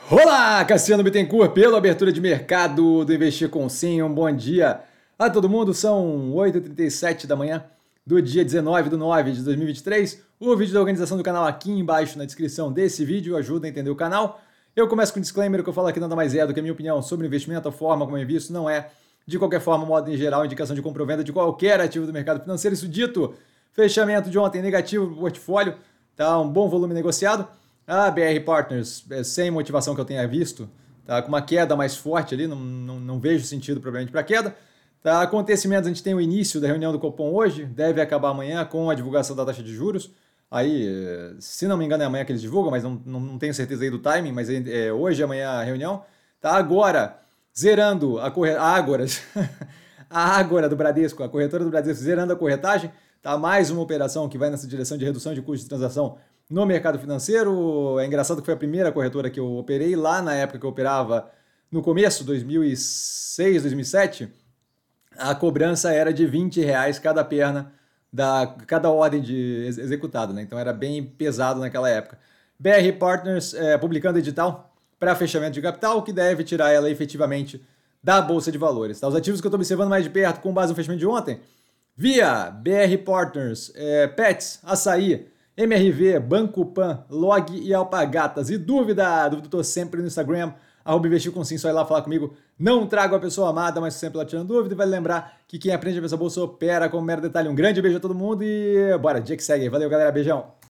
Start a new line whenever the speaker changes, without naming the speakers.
Olá, Cassiano Bittencourt, pela abertura de mercado do Investir com Sim. Um bom dia a todo mundo. São 8h37 da manhã do dia 19/9 de 2023. O vídeo da organização do canal aqui embaixo na descrição desse vídeo ajuda a entender o canal. Eu começo com um disclaimer que eu falo aqui nada mais é do que a minha opinião sobre investimento, a forma como eu invisto, não é, de qualquer forma, modo em geral, indicação de compra ou venda de qualquer ativo do mercado financeiro. Isso dito, fechamento de ontem negativo para o portfólio, tá? Um bom volume negociado. A BR Partners, sem motivação que eu tenha visto, tá com uma queda mais forte ali, não vejo sentido provavelmente para queda. Tá, acontecimentos, a gente tem o início da reunião do Copom hoje, deve acabar amanhã com a divulgação da taxa de juros. Aí, se não me engano, é amanhã que eles divulgam, mas não tenho certeza aí do timing, mas hoje e amanhã a reunião. Tá, agora, zerando a Ágora, a Ágora do Bradesco, a corretora do Bradesco, zerando a corretagem. Tá, mais uma operação que vai nessa direção de redução de custo de transação no mercado financeiro. É engraçado que foi a primeira corretora que eu operei lá na época que eu operava no começo, 2006, 2007. A cobrança era de R$ 20 cada perna, cada ordem de executada, né? Então era bem pesado naquela época. BR Partners publicando edital para fechamento de capital, que deve tirar ela efetivamente da Bolsa de Valores. Tá? Os ativos que eu estou observando mais de perto com base no fechamento de ontem, Via, BR Partners, Pets, Açaí, MRV, Banco Pan, Log e Alpagatas. E dúvida estou sempre no Instagram, @investir com sim, só ir lá falar comigo. Não trago a pessoa amada, mas sempre lá tirando dúvida. E vale lembrar que quem aprende a ver essa bolsa opera com um mero detalhe. Um grande beijo a todo mundo e bora, dia que segue. Valeu, galera, beijão.